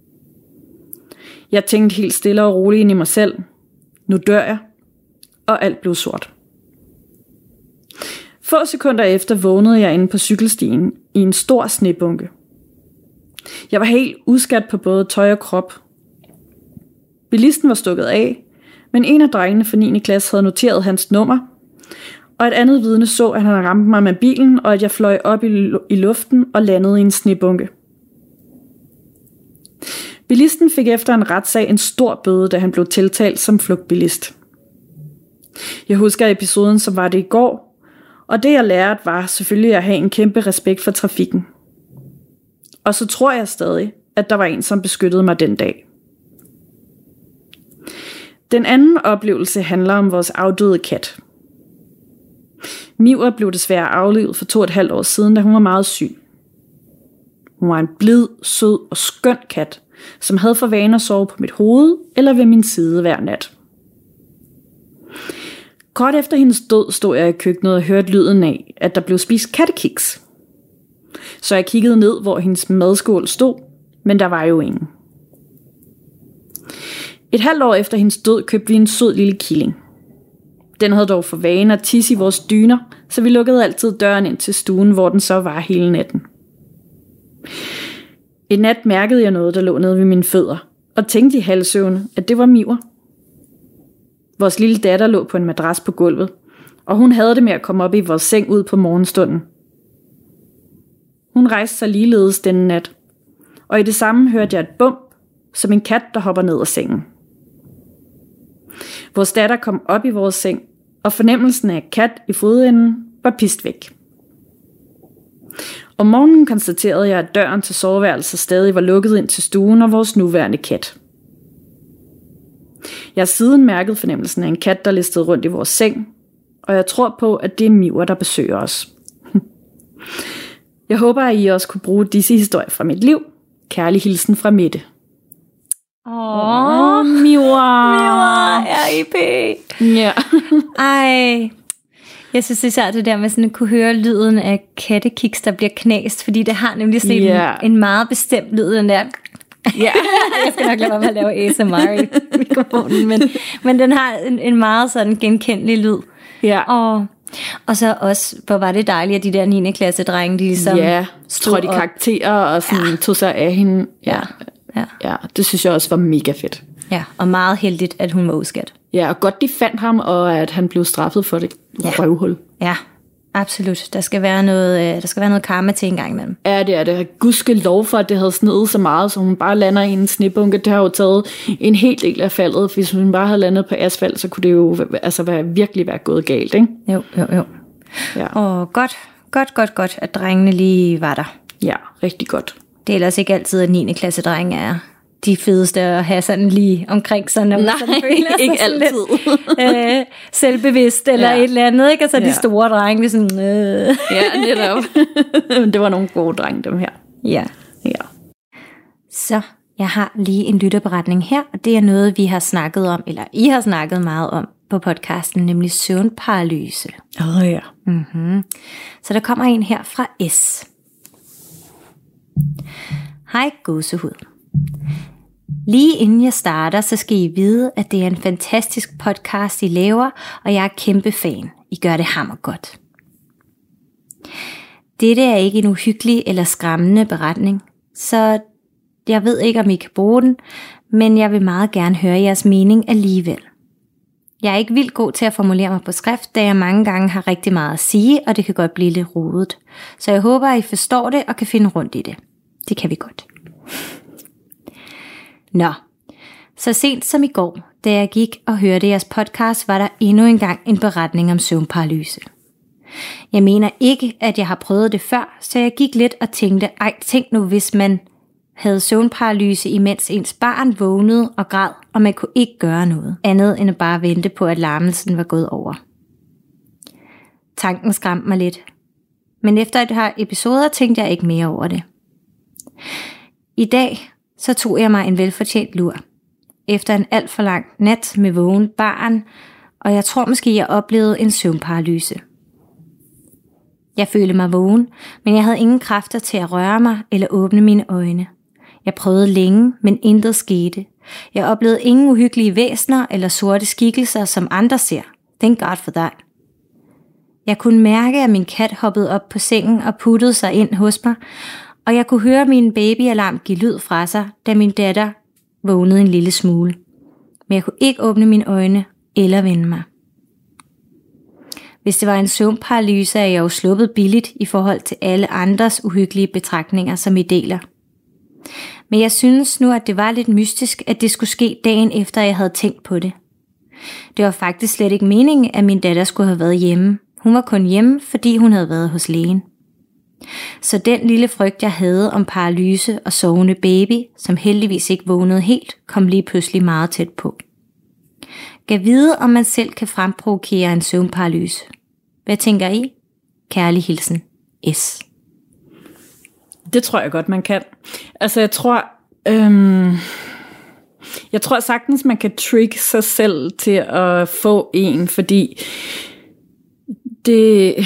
Jeg tænkte helt stille og roligt ind i mig selv. Nu dør jeg. Og alt blev sort. Få sekunder efter vågnede jeg inde på cykelstien i en stor snebunke. Jeg var helt uskat på både tøj og krop. Bilisten var stukket af, men en af drengene fra niende klasse havde noteret hans nummer, og et andet vidne så, at han ramte mig med bilen, og at jeg fløj op i, i luften og landede i en snebunke. Bilisten fik efter en retssag en stor bøde, da han blev tiltalt som flugtbilist. Jeg husker episoden, som var det i går, og det jeg lærte var selvfølgelig at have en kæmpe respekt for trafikken. Og så tror jeg stadig, at der var en, som beskyttede mig den dag. Den anden oplevelse handler om vores afdøde kat. Miver blev desværre aflivet for to og et halvt år siden, da hun var meget syg. Hun var en blid, sød og skøn kat, som havde for vane at sove på mit hoved eller ved min side hver nat. Kort efter hendes død stod jeg i køkkenet og hørte lyden af, at der blev spist kattekiks. Så jeg kiggede ned, hvor hendes madskål stod, men der var jo ingen. Et halvt år efter hendes død købte vi en sød lille killing. Den havde dog for vane at tisse i vores dyner, så vi lukkede altid døren ind til stuen, hvor den så var hele natten. En nat mærkede jeg noget, der lå nede ved mine fødder, og tænkte i halvsøvne, at det var Miver. Vores lille datter lå på en madras på gulvet, og hun havde det med at komme op i vores seng ud på morgenstunden. Hun rejste sig ligeledes denne nat, og i det samme hørte jeg et bump, som en kat, der hopper ned af sengen. Vores datter kom op i vores seng, og fornemmelsen af kat i fodenden var pist væk. Om morgenen konstaterede jeg, at døren til soveværelset stadig var lukket ind til stuen og vores nuværende kat. Jeg har siden mærket fornemmelsen af en kat, der listede rundt i vores seng, og jeg tror på, at det er Miver, der besøger os. Jeg håber, at I også kunne bruge disse historier fra mit liv. Kærlig hilsen fra Mette. Åh, oh, Miver. Miver, R I P. Ja. Ej, jeg synes især det der med sådan at kunne høre lyden af kattekiks, der bliver knast, fordi det har nemlig sådan yeah. en, en meget bestemt lyd, den der. Ja. Jeg skal nok lade være med at lave A S M R i mikrofonen, men, men den har en, en meget sådan genkendelig lyd. Ja. Og, og så også, hvor var det dejligt, at de der niende klasse drenge, de ligesom ja, trådte i karakterer og sådan ja. tog sig af hende. Ja. Ja. ja, det synes jeg også var mega fedt. Ja, og meget heldigt, at hun var uskat. Ja, og godt de fandt ham, og at han blev straffet for det ja. røvhul. Ja, absolut. Der skal være noget, der skal være noget karma til en gang imellem. Ja, det er det. Gudske lov for, at det havde sneet så meget, så hun bare lander i en snebunke. Det har jo taget en hel del af faldet. Hvis hun bare havde landet på asfalt, så kunne det jo altså være, virkelig være gået galt, ikke? Jo, jo, jo. Ja. Og godt, godt, godt, godt, at drengene lige var der. Ja, rigtig godt. Det er ellers ikke altid, at niende klasse drenge er de fedeste at have sådan lige omkring sig, når man Nej, sådan føler sig ikke sådan altid. lidt øh, selvbevidst eller ja. et eller andet, ikke? Og så ja. de store drenge, de sådan... Øh. Ja, netop. Det var nogle gode drenge, dem her. Ja. Ja. Så jeg har lige en lytterberetning her, og det er noget, vi har snakket om, eller I har snakket meget om på podcasten, nemlig søvnparalyse. Åh oh, ja. Mm-hmm. Så der kommer en her fra S. Hej gåsehud. Lige inden jeg starter, så skal I vide, at det er en fantastisk podcast, I laver, og jeg er kæmpe fan. I gør det hammergodt. Dette er ikke en uhyggelig eller skræmmende beretning, så jeg ved ikke, om I kan bruge den, men jeg vil meget gerne høre jeres mening alligevel. Jeg er ikke vildt god til at formulere mig på skrift, da jeg mange gange har rigtig meget at sige, og det kan godt blive lidt rodet. Så jeg håber, at I forstår det og kan finde rundt i det. Det kan vi godt. Nå, så sent som i går, da jeg gik og hørte jeres podcast, var der endnu engang en beretning om søvnparalyse. Jeg mener ikke, at jeg har prøvet det før, så jeg gik lidt og tænkte, ej, tænk nu, hvis man havde søvnparalyse, imens ens barn vågnede og græd, og man kunne ikke gøre noget, andet end at bare vente på, at larmelsen var gået over. Tanken skræmte mig lidt, men efter et par episoder tænkte jeg ikke mere over det. I dag så tog jeg mig en velfortjent lur, efter en alt for lang nat med vågen barn, og jeg tror måske, jeg oplevede en søvnparalyse. Jeg følte mig vågen, men jeg havde ingen kræfter til at røre mig eller åbne mine øjne. Jeg prøvede længe, men intet skete. Jeg oplevede ingen uhyggelige væsner eller sorte skikkelser, som andre ser. Thank God for that. Jeg kunne mærke, at min kat hoppede op på sengen og puttede sig ind hos mig, og jeg kunne høre min babyalarm give lyd fra sig, da min datter vågnede en lille smule. Men jeg kunne ikke åbne mine øjne eller vende mig. Hvis det var en søvnparalyse, er jeg jo sluppet billigt i forhold til alle andres uhyggelige betragtninger, som I deler. Men jeg synes nu, at det var lidt mystisk, at det skulle ske dagen efter, jeg havde tænkt på det. Det var faktisk slet ikke meningen, at min datter skulle have været hjemme. Hun var kun hjemme, fordi hun havde været hos lægen. Så den lille frygt, jeg havde om paralyse og sovende baby, som heldigvis ikke vågnede helt, kom lige pludselig meget tæt på. Gav vide, om man selv kan fremprovokere en søvnparalyse. Hvad tænker I? Kærlig hilsen, S. Det tror jeg godt, man kan. Altså, jeg tror... Øhm, jeg tror sagtens, man kan trigge sig selv til at få en, fordi det...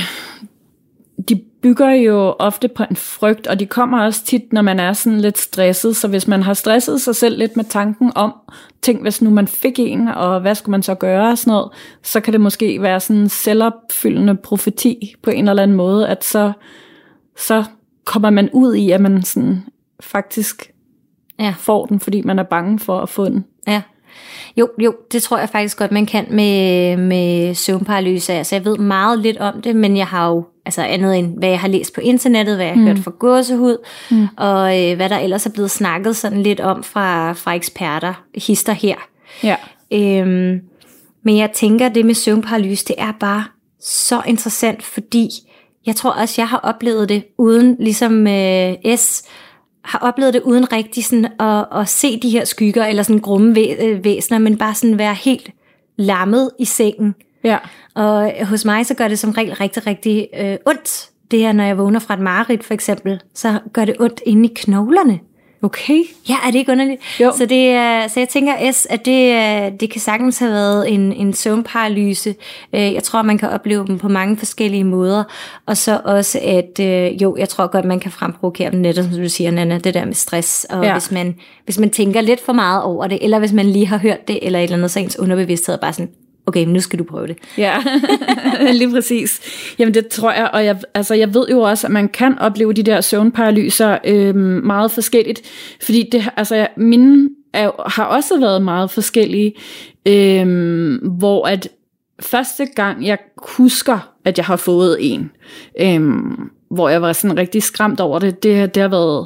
De bygger jo ofte på en frygt, og de kommer også tit, når man er sådan lidt stresset. Så hvis man har stresset sig selv lidt med tanken om, tænk hvis nu man fik en, og hvad skulle man så gøre og sådan noget, så kan det måske være sådan en selvopfyldende profeti på en eller anden måde, at så, så kommer man ud i, at man sådan faktisk ja. får den, fordi man er bange for at få den. Ja. Jo, jo, det tror jeg faktisk godt, man kan med, med søvnparalyse. Altså, jeg ved meget lidt om det, men jeg har jo altså andet end, hvad jeg har læst på internettet, hvad jeg har mm. hørt fra gåsehud, mm. og øh, hvad der ellers er blevet snakket sådan lidt om fra, fra eksperter, hister her. Ja. Øhm, men jeg tænker, det med søvnparalyse, det er bare så interessant, fordi jeg tror også, jeg har oplevet det uden, ligesom øh, S, har oplevet det uden rigtig sådan at, at se de her skygger, eller sådan grumme væ- væsener, men bare sådan være helt lammet i sengen. Ja. Og hos mig, så gør det som regel rigtig, rigtig øh, ondt. Det her, når jeg vågner fra et mareridt, for eksempel, så gør det ondt inde i knoglerne. Okay. Ja, er det ikke underligt? Jo. Så, det, så jeg tænker, S, at det, det kan sagtens have været en, en søvnparalyse. Jeg tror, man kan opleve dem på mange forskellige måder. Og så også, at jo, jeg tror godt, man kan fremprovokere dem netop, som du siger, Nanna, det der med stress. Og ja. hvis, man, hvis man tænker lidt for meget over det, eller hvis man lige har hørt det, eller et eller andet, så ens underbevidsthed er bare sådan, okay, men nu skal du prøve det. Ja, lige præcis. Jamen det tror jeg, og jeg, altså, jeg ved jo også, at man kan opleve de der søvnparalyser øh, meget forskelligt, fordi det, altså, mine er, har også været meget forskellige, øh, hvor at første gang, jeg husker, at jeg har fået en, øh, hvor jeg var sådan rigtig skræmt over det, det, det har været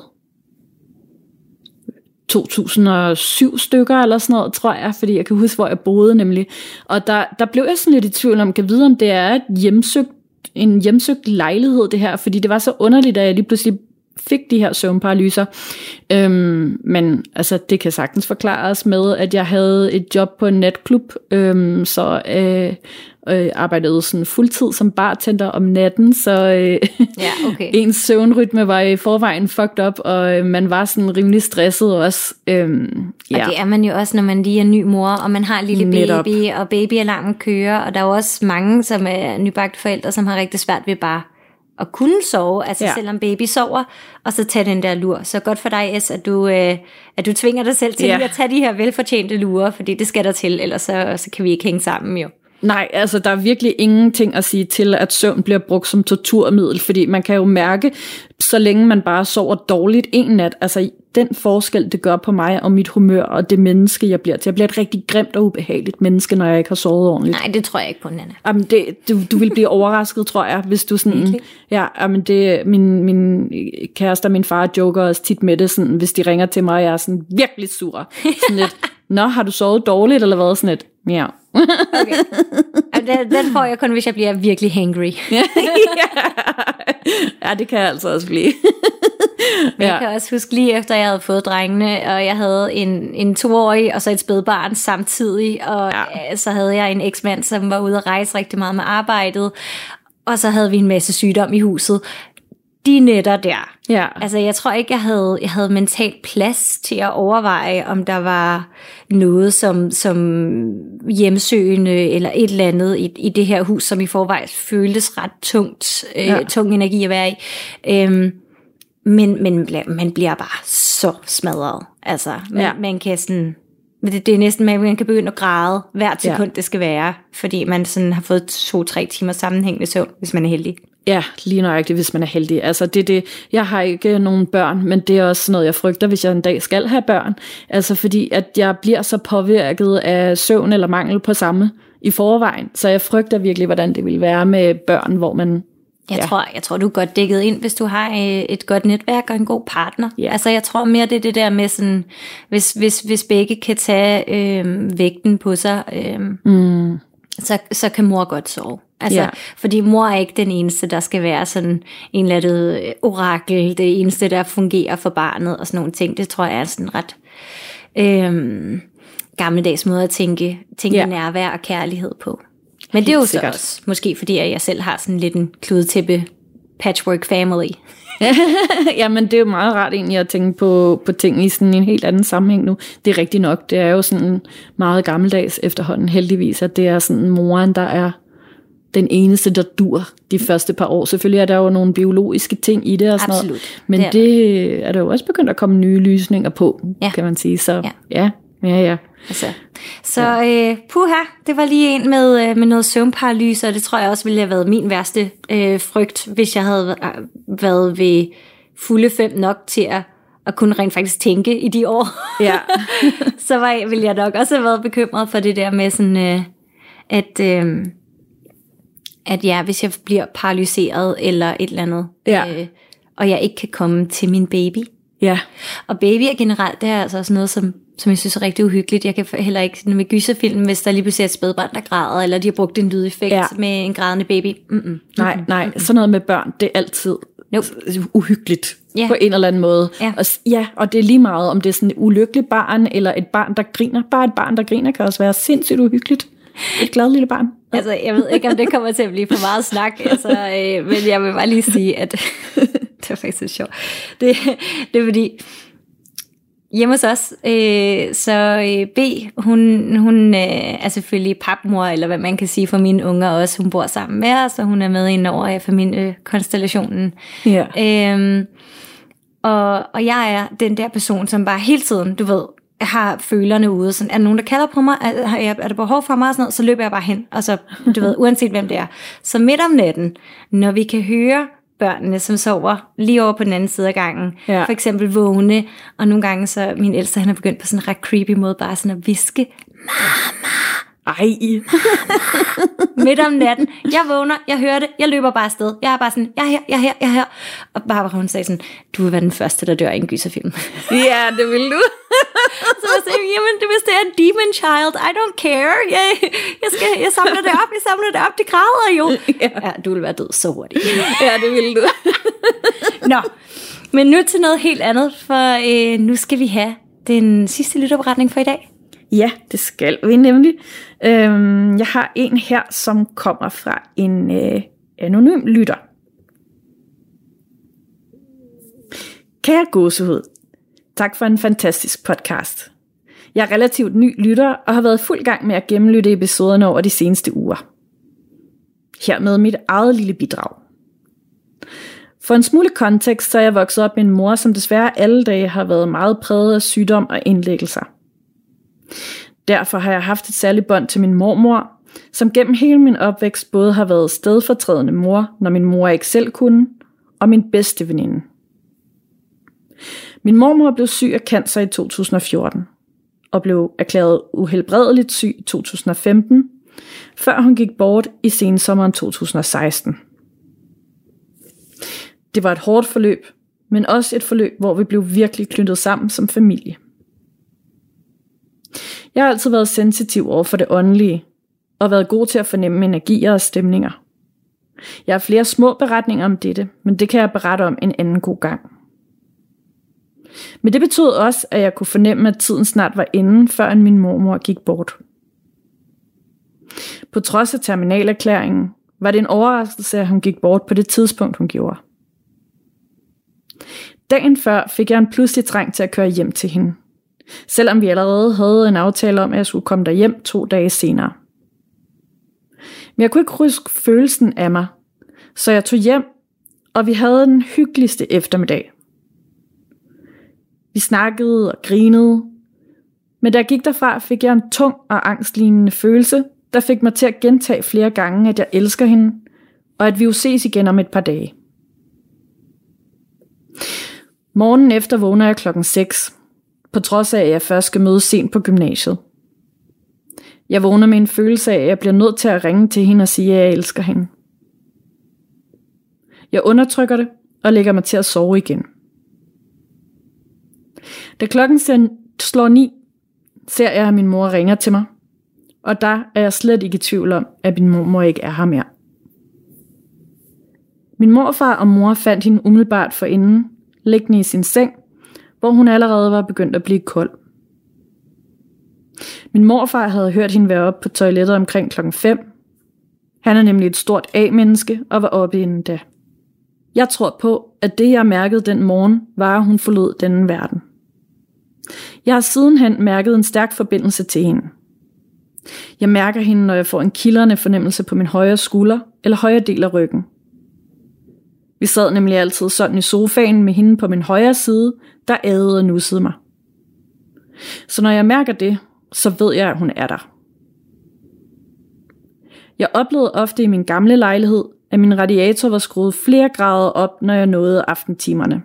to tusind og syv stykker eller sådan noget, tror jeg, fordi jeg kan huske, hvor jeg boede nemlig. Og der, der blev jeg sådan lidt i tvivl om, kan vide, om det er et hjemsøgt, en hjemsøgt lejlighed, det her, fordi det var så underligt, at jeg lige pludselig fik de her søvnparalyser. Øhm, men altså, det kan sagtens forklares med, at jeg havde et job på en natklub, øhm, så øh, øh, arbejdede sådan fuldtid som bartender om natten, så øh, ja, okay. ens søvnrytme var i forvejen fucked up, og øh, man var sådan rimelig stresset også. Øhm, ja. Og det er man jo også, når man lige er ny mor, og man har en lille Netop. baby, og babyalarmen kører, og der er jo også mange, som er nybagte forældre, som har rigtig svært ved bare at kunne sove, altså ja. selvom baby sover, og så tage den der lur. Så godt for dig, S, at du, øh, at du tvinger dig selv til ja. at tage de her velfortjente lurer, fordi det skal der til, ellers så, så kan vi ikke hænge sammen jo. Nej, altså der er virkelig ingenting at sige til, at søvn bliver brugt som torturmiddel, fordi man kan jo mærke, så længe man bare sover dårligt en nat, altså den forskel, det gør på mig og mit humør og det menneske, jeg bliver til. Jeg bliver et rigtig grimt og ubehageligt menneske, når jeg ikke har sovet ordentligt. Nej, det tror jeg ikke på, Nanna. Jamen, det, du, du vil blive overrasket, tror jeg, hvis du sådan... Okay. Ja, jamen det, min, min kæreste og min far joker også tit med det, sådan, hvis de ringer til mig, og jeg er sådan virkelig sur. Sådan lidt, nå, har du sovet dårligt, eller hvad? Sådan lidt, ja. Okay. Den, den får jeg kun, hvis jeg bliver virkelig hangry. Ja, det kan jeg altså også blive. Men jeg kan også huske lige efter jeg havde fået drengene, og jeg havde en, en toårig og så et spædbarn samtidig, og ja. så havde jeg en eksmand, som var ude at rejse rigtig meget med arbejdet, og så havde vi en masse sygdom i huset. De nætter der. Ja. Altså jeg tror ikke, jeg havde, jeg havde mentalt plads til at overveje, om der var noget som, som hjemsøgende eller et eller andet i, i det her hus, som i forvejen føltes ret tungt, ja. øh, tung energi at være i. Øhm, men, men man bliver bare så smadret. Altså man, ja. man kan sådan det, det er næsten, at man kan begynde at græde hvert sekund, Ja. det skal være, fordi man sådan har fået to-tre timer sammenhængende søvn, hvis man er heldig. Ja, lige nøjagtigt, hvis man er heldig. Altså, det, det, jeg har ikke nogen børn, men det er også noget, jeg frygter, hvis jeg en dag skal have børn. Altså, fordi at jeg bliver så påvirket af søvn eller mangel på samme i forvejen. Så jeg frygter virkelig, hvordan det vil være med børn, hvor man... Jeg, ja. tror, jeg tror, du er godt dækket ind, hvis du har et godt netværk og en god partner. Ja. Altså, jeg tror mere, det er det der med sådan, hvis, hvis, hvis begge kan tage øh, vægten på sig, øh, Mm. så, så kan mor godt sove. Altså, Ja. fordi mor er ikke den eneste, der skal være sådan en eller andet orakel, det eneste, der fungerer for barnet og sådan nogle ting. Det tror jeg er sådan ret øh, gammeldags måde at tænke, tænke Ja. nærvær og kærlighed på. Men det er jo Helt så sikkert. også, måske fordi at jeg selv har sådan lidt en kludetæppe patchwork family. Jamen, det er jo meget rart egentlig at tænke på, på ting i sådan en helt anden sammenhæng nu. Det er rigtigt nok. Det er jo sådan meget gammeldags efterhånden, heldigvis, at det er sådan moren, der er den eneste, der dur de første par år. Selvfølgelig er der jo nogle biologiske ting i det og sådan Absolut. noget. Men Det er det, det er der jo også begyndt at komme nye lysninger på, Ja. kan man sige. Så Ja. ja, ja, ja. Altså, så øh, puha, det var lige en med, øh, med noget søvnparalyse, og det tror jeg også ville have været min værste øh, frygt, hvis jeg havde øh, været ved fulde fem nok til at, at kunne rent faktisk tænke i de år. Ja. Så var, ville jeg nok også have været bekymret for det der med sådan, øh, at, øh, at ja, hvis jeg bliver paralyseret eller et eller andet, Ja. øh, og jeg ikke kan komme til min baby. Ja. Og babyer generelt, det er altså også noget, som, som jeg synes er rigtig uhyggeligt. Jeg kan heller ikke med gyserfilm, hvis der lige pludselig er et spædbarn, der græder, eller de har brugt en lydeffekt Ja. med en grædende baby. Mm-mm. Nej, nej, sådan noget med børn, det er altid Nope. uhyggeligt Ja. på en eller anden måde. Ja. Og, s- ja, og det er lige meget, om det er sådan et ulykkeligt barn, eller et barn, der griner. Bare et barn, der griner, kan også være sindssygt uhyggeligt. Et glad lille barn. Altså, jeg ved ikke, om det kommer til at blive for meget snak, altså, øh, men jeg vil bare lige sige, at det var faktisk så sjovt. Det, det er fordi, hjemme hos os, øh, så øh, B, hun, hun øh, er selvfølgelig papmor, eller hvad man kan sige for mine unger også. Hun bor sammen med os, og hun er med ind over familiekonstellationen. Ja. Øhm, og, og jeg er den der person, som bare hele tiden, du ved, har følerne ude. Sådan, er der nogen, der kalder på mig? Er, har jeg, er der behov for mig? Og sådan noget, så løber jeg bare hen. Og så, du ved, uanset hvem det er. Så midt om natten, når vi kan høre børnene, som sover lige over på den anden side af gangen, Ja. for eksempel vågne, og nogle gange så, min ældste, han er begyndt på sådan en ret creepy måde, bare sådan at viske, Ej. midt om natten. Jeg vågner, jeg hører det, jeg løber bare afsted. Jeg er bare sådan, jeg er her, jeg er her, jeg er her. Og Barbara, hun sagde sådan, du vil være den første, der dør i en gyserfilm. Ja, det vil du. Så jeg sagde, jamen, det, hvis det er en demon child, I don't care. Jeg, jeg, skal, jeg samler det op, jeg samler det op, det græder jo. Ja, du vil være død så hurtigt. Ja, det vil du. Nå, men nu til noget helt andet, for øh, nu skal vi have den sidste lytterberetning for i dag. Ja, det skal vi nemlig. Øhm, jeg har en her, som kommer fra en øh, anonym lytter. Kære gåsehud, tak for en fantastisk podcast. Jeg er relativt ny lytter og har været fuld gang med at gennemlytte episoderne over de seneste uger. Hermed mit eget lille bidrag. For en smule kontekst, så er jeg vokset op med en mor, som desværre alle dage har været meget præget af sygdom og indlæggelser. Derfor har jeg haft et særligt bånd til min mormor, som gennem hele min opvækst både har været stedfortrædende mor, når min mor ikke selv kunne, og min bedste veninde. Min mormor blev syg af cancer i to tusind og fjorten, og blev erklæret uhelbredeligt syg i to tusind og femten, før hun gik bort i sensommeren to tusind og seksten. Det var et hårdt forløb, men også et forløb, hvor vi blev virkelig knyttet sammen som familie. Jeg har altid været sensitiv over for det åndelige, og været god til at fornemme energier og stemninger. Jeg har flere små beretninger om dette, men det kan jeg berette om en anden god gang. Men det betød også, at jeg kunne fornemme, at tiden snart var inde, før min mormor gik bort. På trods af terminalerklæringen, var det en overraskelse, at hun gik bort på det tidspunkt, hun gjorde. Dagen før fik jeg en pludselig trang til at køre hjem til hende, selvom vi allerede havde en aftale om, at jeg skulle komme derhjem to dage senere. Men jeg kunne ikke huske følelsen af mig, så jeg tog hjem, og vi havde den hyggeligste eftermiddag. Vi snakkede og grinede, Men da jeg gik derfra, fik jeg en tung og angstlignende følelse, der fik mig til at gentage flere gange, at jeg elsker hende, og at vi jo ses igen om et par dage. Morgenen efter vågner jeg klokken seks, på trods af, at jeg først skal møde sent på gymnasiet. Jeg vågner med en følelse af, at jeg bliver nødt til at ringe til hende og sige, at jeg elsker hende. Jeg undertrykker det og lægger mig til at sove igen. Da klokken slår ni, ser jeg, at min mor ringer til mig, og der er jeg slet ikke i tvivl om, at min mormor ikke er her mere. Min morfar og mor fandt hende umiddelbart forinden, liggende i sin seng, hvor hun allerede var begyndt at blive kold. Min morfar havde hørt hende være oppe på toilettet omkring klokken fem. Han er nemlig et stort A-menneske og var oppe inden da. Jeg tror på, at det jeg mærkede den morgen, var at hun forlod denne verden. Jeg har sidenhen mærket en stærk forbindelse til hende. Jeg mærker hende, når jeg får en kildrende fornemmelse på min højre skulder eller højre del af ryggen. Vi sad nemlig altid sådan i sofaen med hende på min højre side, der adede og nussede mig. Så når jeg mærker det, så ved jeg, at hun er der. Jeg oplevede ofte i min gamle lejlighed, at min radiator var skruet flere grader op, når jeg nåede aftentimerne.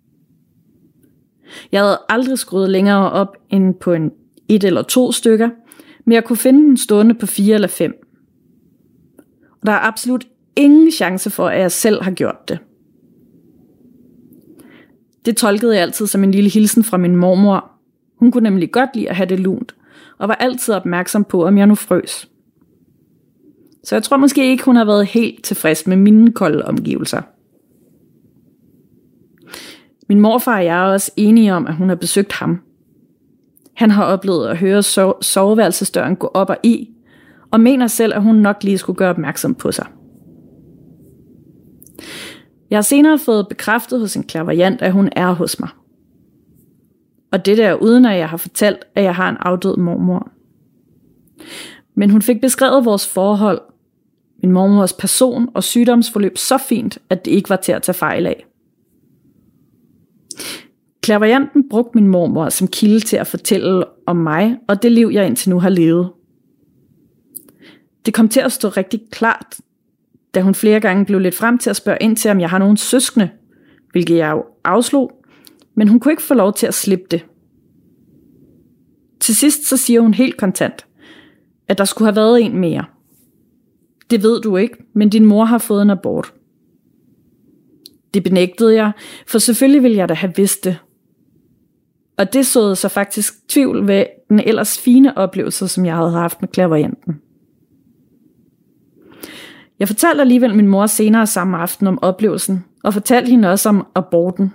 Jeg havde aldrig skruet længere op end på en et eller to stykker, men jeg kunne finde den stående på fire eller fem. Og der er absolut ingen chance for, at jeg selv har gjort det. Det tolkede jeg altid som en lille hilsen fra min mormor. Hun kunne nemlig godt lide at have det lunt, og var altid opmærksom på, om jeg nu frøs. Så jeg tror måske ikke, hun har været helt tilfreds med mine kolde omgivelser. Min morfar og jeg er også enige om, at hun har besøgt ham. Han har oplevet at høre so- soveværelsesdøren gå op og i, og mener selv, at hun nok lige skulle gøre opmærksom på sig. Jeg har senere fået bekræftet hos en clairvoyant, at hun er hos mig. Og det der uden at jeg har fortalt, at jeg har en afdød mormor. Men hun fik beskrevet vores forhold, min mormors person og sygdomsforløb så fint, at det ikke var til at tage fejl af. Clairvoyanten brugte min mormor som kilde til at fortælle om mig og det liv, jeg indtil nu har levet. Det kom til at stå rigtig klart, da hun flere gange blev lidt frem til at spørge ind til, om jeg har nogen søskende, hvilket jeg jo afslog, men hun kunne ikke få lov til at slippe det. Til sidst så siger hun helt kontant, at der skulle have været en mere. Det ved du ikke, men din mor har fået en abort. Det benægtede jeg, for selvfølgelig ville jeg da have vidst det. Og det såede så faktisk tvivl ved den ellers fine oplevelse, som jeg havde haft med clairvoyanten. Jeg fortalte alligevel min mor senere samme aften om oplevelsen, og fortalte hende også om aborten.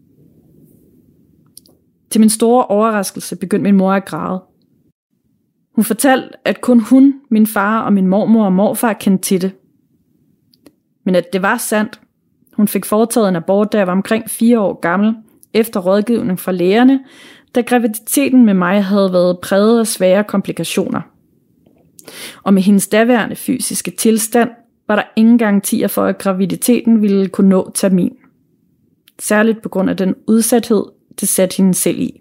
Til min store overraskelse begyndte min mor at græde. Hun fortalte, at kun hun, min far og min mormor og morfar kendte til det. Men at det var sandt. Hun fik foretaget en abort, da jeg var omkring fire år gammel, efter rådgivning fra lægerne, da graviditeten med mig havde været præget af svære komplikationer. Og med hendes daværende fysiske tilstand, var der ingen garantier for, at graviditeten ville kunne nå termin. Særligt på grund af den udsathed, det satte hende selv i.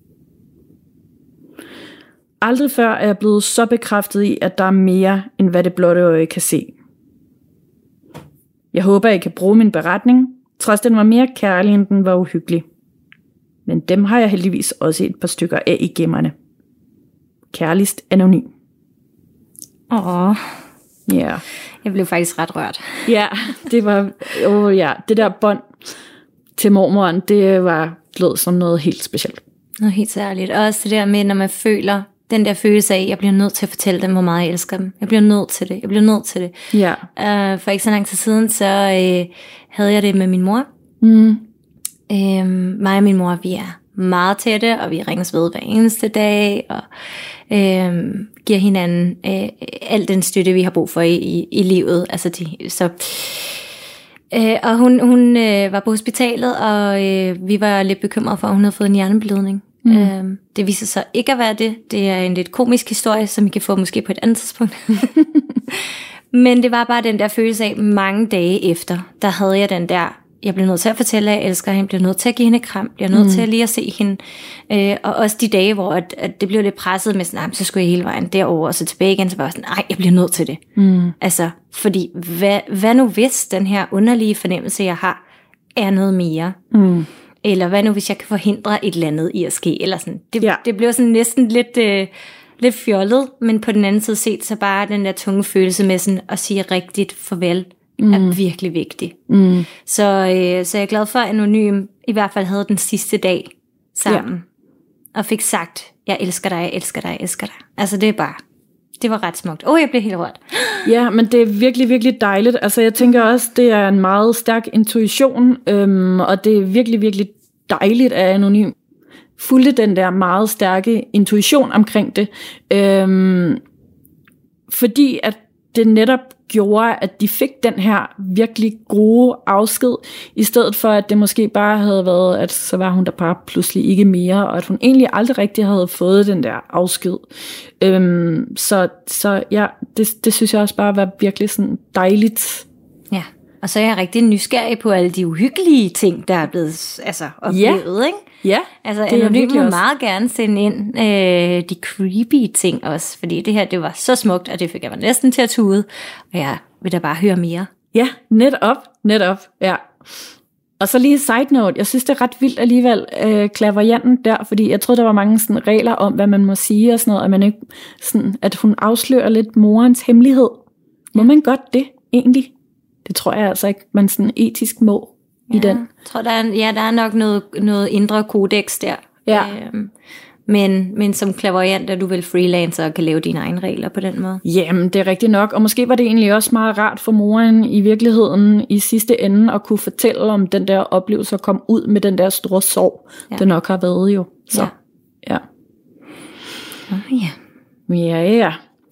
Aldrig før er jeg blevet så bekræftet i, at der er mere, end hvad det blotte øje kan se. Jeg håber, I kan bruge min beretning, trods den var mere kærlig, end den var uhyggelig. Men dem har jeg heldigvis også et par stykker af i gemmerne. Kærligst anonym. Åh, ja. Yeah. Jeg blev faktisk ret rørt. Ja, det var, oh ja, det der bånd til mormoren, det var blevet som noget helt specielt. Noget helt særligt. Og også det der med, når man føler den der følelse af, at jeg bliver nødt til at fortælle dem, hvor meget jeg elsker dem. Jeg bliver nødt til det. Jeg bliver nødt til det. Ja. Uh, for ikke så lang tid siden, så uh, havde jeg det med min mor. Mm. Uh, mig og min mor, vi er meget tætte, og vi ringes ved hver eneste dag, og uh, giver hinanden uh, al den støtte, vi har brug for i, i, i livet. Altså de, så... Uh, og hun, hun uh, var på hospitalet, og uh, vi var lidt bekymrede for, at hun havde fået en hjerneblødning. Mm. Uh, det viser sig ikke at være det. Det er en lidt komisk historie, som I kan få måske på et andet tidspunkt. Men det var bare den der følelse af, mange dage efter, der havde jeg den der jeg bliver nødt til at fortælle, at jeg elsker hende, jeg bliver nødt til at give hende et kram, jeg bliver nødt mm. til at lige at se hende, øh, og også de dage, hvor at, at det blev lidt presset med sådan, så skulle jeg hele vejen derover og så tilbage igen, så var jeg sådan, nej, jeg bliver nødt til det. Mm. Altså, fordi hvad, hvad nu hvis den her underlige fornemmelse, jeg har, er noget mere? Mm. Eller hvad nu hvis jeg kan forhindre et eller andet i at ske, eller sådan. Det, ja. det blev sådan næsten lidt, øh, lidt fjollet, men på den anden side set, så bare den der tunge følelse med sådan at sige rigtigt farvel, Mm. er virkelig vigtig. Mm. Så, øh, så jeg er glad for, at Anonym i hvert fald havde den sidste dag sammen. Ja. Og fik sagt, jeg elsker dig, jeg elsker dig, jeg elsker dig. Altså det er bare, det var ret smukt. Åh, oh, jeg blev helt rørt. Ja, men det er virkelig, virkelig dejligt. Altså jeg tænker også, det er en meget stærk intuition, øhm, og det er virkelig, virkelig dejligt, at Anonym fulgte den der meget stærke intuition omkring det. Øhm, fordi at det netop gjorde, at de fik den her virkelig gode afsked, i stedet for, at det måske bare havde været, at så var hun der bare pludselig ikke mere, og at hun egentlig aldrig rigtig havde fået den der afsked. Øhm, så, så ja, det, det synes jeg også bare var virkelig sådan dejligt. Ja, og så er jeg rigtig nysgerrig på alle de uhyggelige ting, der er blevet altså, oplevet, ja. ikke? Ja, altså Anonym må meget gerne sende ind øh, de creepy ting også, fordi det her, det var så smukt, og det fik jeg mig næsten til at tude, og jeg vil da bare høre mere. Ja, netop, netop, ja. Og så lige side note, jeg synes det er ret vildt alligevel, øh, klaverjanten der, fordi jeg troede der var mange sådan regler om, hvad man må sige og sådan noget, at, man ikke, sådan, at hun afslører lidt morens hemmelighed. Må ja. man godt det egentlig? Det tror jeg altså ikke, man sådan etisk må. I ja, den. Jeg tror, der er, ja, der er nok noget, noget indre kodex der. Ja. Øhm, men, men som clairvoyant er du vel freelancer og kan lave dine egne regler på den måde? Jamen, det er rigtigt nok. Og måske var det egentlig også meget rart for moren i virkeligheden i sidste ende at kunne fortælle om den der oplevelse og komme ud med den der store sorg, ja. det nok har været jo. Så, ja. ja. Oh, ja. Ja, ja.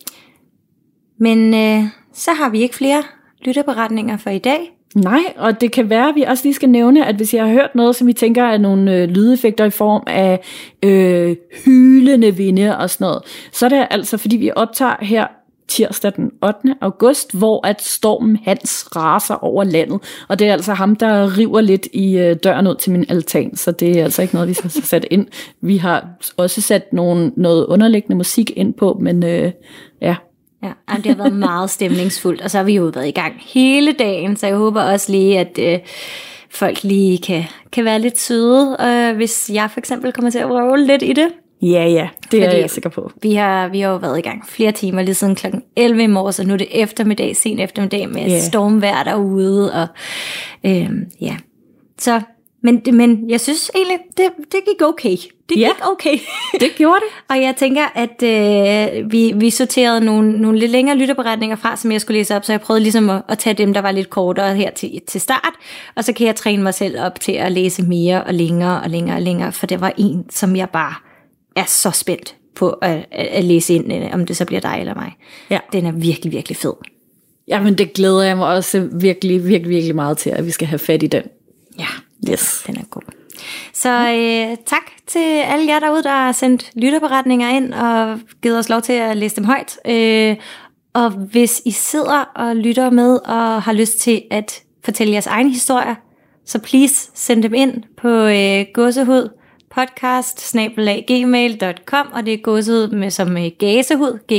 Men øh, så har vi ikke flere lytterberetninger for i dag. Nej, og det kan være, at vi også lige skal nævne, at hvis jeg har hørt noget, som vi tænker er nogle øh, lydeffekter i form af øh, hylende vinde og sådan noget, så er det altså, fordi vi optager her tirsdag den ottende august, hvor at stormen Hans raser over landet, og det er altså ham, der river lidt i øh, døren ud til min altan, så det er altså ikke noget, vi skal sætte ind. Vi har også sat nogle, noget underliggende musik ind på, men øh, ja, Ja, det har været meget stemningsfuldt, og så har vi jo været i gang hele dagen, så jeg håber også lige, at øh, folk lige kan, kan være lidt søde, øh, hvis jeg for eksempel kommer til at røve lidt i det. Ja, ja, det Fordi er jeg sikker på. Vi har, vi har jo været i gang flere timer, lige siden klokken elleve i morges, og nu er det eftermiddag, sen eftermiddag med yeah. stormvejr derude, og øh, ja, så... Men, men jeg synes egentlig, det, det gik okay. Det ja, gik okay. det gjorde det. Og jeg tænker, at øh, vi, vi sorterede nogle, nogle lidt længere lytterberetninger fra, som jeg skulle læse op, så jeg prøvede ligesom at, at tage dem, der var lidt kortere her til, til start. Og så kan jeg træne mig selv op til at læse mere og længere og længere og længere, for det var en, som jeg bare er så spændt på at, at læse ind, om det så bliver dig eller mig. Ja. Den er virkelig, virkelig fed. Jamen det glæder jeg mig også virkelig, virkelig, virkelig meget til, at vi skal have fat i den. Ja. Yes. Den er god. Så øh, tak til alle jer derude, der har sendt lytterberetninger ind og givet os lov til at læse dem højt. Øh, og hvis I sidder og lytter med og har lyst til at fortælle jeres egne historier, så please send dem ind på øh, gåsehud podcast snabel-a gmail punktum com, og det er gåsehud med som øh, gasehud, G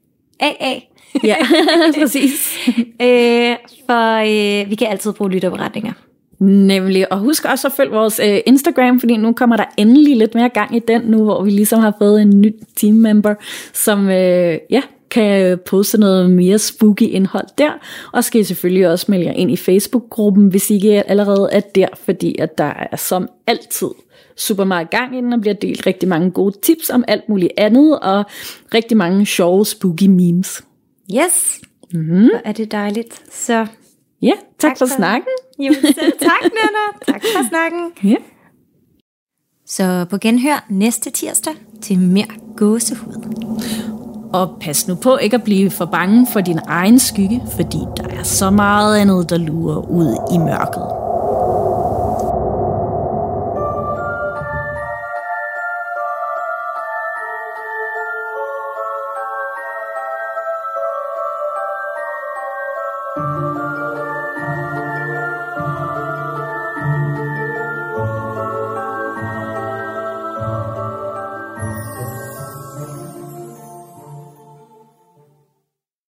A A. Ja, præcis. øh, for øh, vi kan altid bruge lytterberetninger. Nemlig, og husk også at følge vores øh, Instagram, fordi nu kommer der endelig lidt mere gang i den nu, hvor vi ligesom har fået en ny teammember, som øh, ja, kan poste noget mere spooky indhold der, og skal I selvfølgelig også melde jer ind i Facebook-gruppen, hvis I ikke allerede er der, fordi at der er som altid super meget gang i den, og bliver delt rigtig mange gode tips om alt muligt andet, og rigtig mange sjove spooky memes. Yes, mm-hmm. Hvor er det dejligt. Så ja, tak, tak for, for snakken. Jo, selv tak, Nana. Tak for snakken. Ja. Så på genhør næste tirsdag til mere gåsehud. Og pas nu på ikke at blive for bange for din egen skygge, fordi der er så meget andet, der lurer ud i mørket.